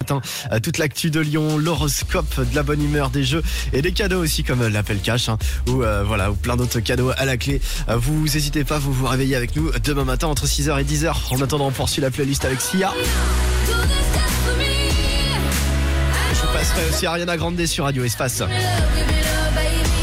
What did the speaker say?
Toute l'actu de Lyon, l'horoscope, de la bonne humeur, des jeux et des cadeaux aussi comme l'appel cash ou plein d'autres cadeaux à la clé. Vous n'hésitez pas, vous réveillez avec nous demain matin entre 6h et 10h. En attendant, on poursuit la playlist avec Sia. Je vous passerai aussi Ariana Grande sur Radio Espace.